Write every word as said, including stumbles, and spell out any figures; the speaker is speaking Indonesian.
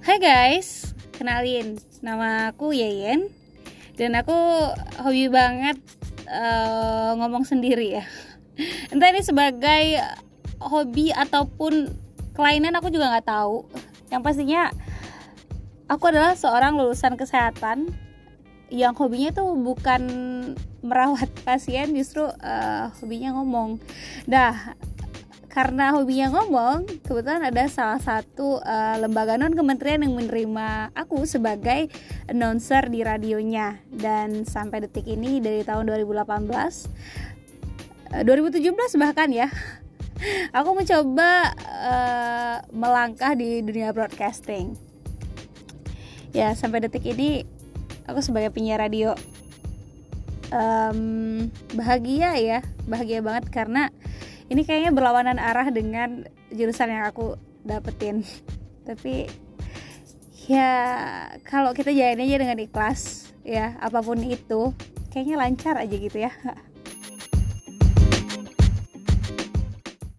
Hai guys, kenalin, nama aku Yeyen. Dan aku hobi banget uh, ngomong sendiri ya. Entah ini sebagai hobi ataupun kelainan aku juga gak tahu. Yang pastinya aku adalah seorang lulusan kesehatan yang hobinya tuh bukan merawat pasien, justru uh, hobinya ngomong. Nah, karena hobinya ngomong, kebetulan ada salah satu uh, lembaga non kementerian yang menerima aku sebagai announcer di radionya. Dan sampai detik ini dari tahun dua ribu delapan belas, uh, dua ribu tujuh belas bahkan ya, aku mencoba uh, melangkah di dunia broadcasting. Ya, sampai detik ini aku sebagai penyiar radio um, bahagia ya, bahagia banget karena ini kayaknya berlawanan arah dengan jurusan yang aku dapetin. Tapi ya kalau kita jalanin aja dengan ikhlas ya, apapun itu kayaknya lancar aja gitu ya.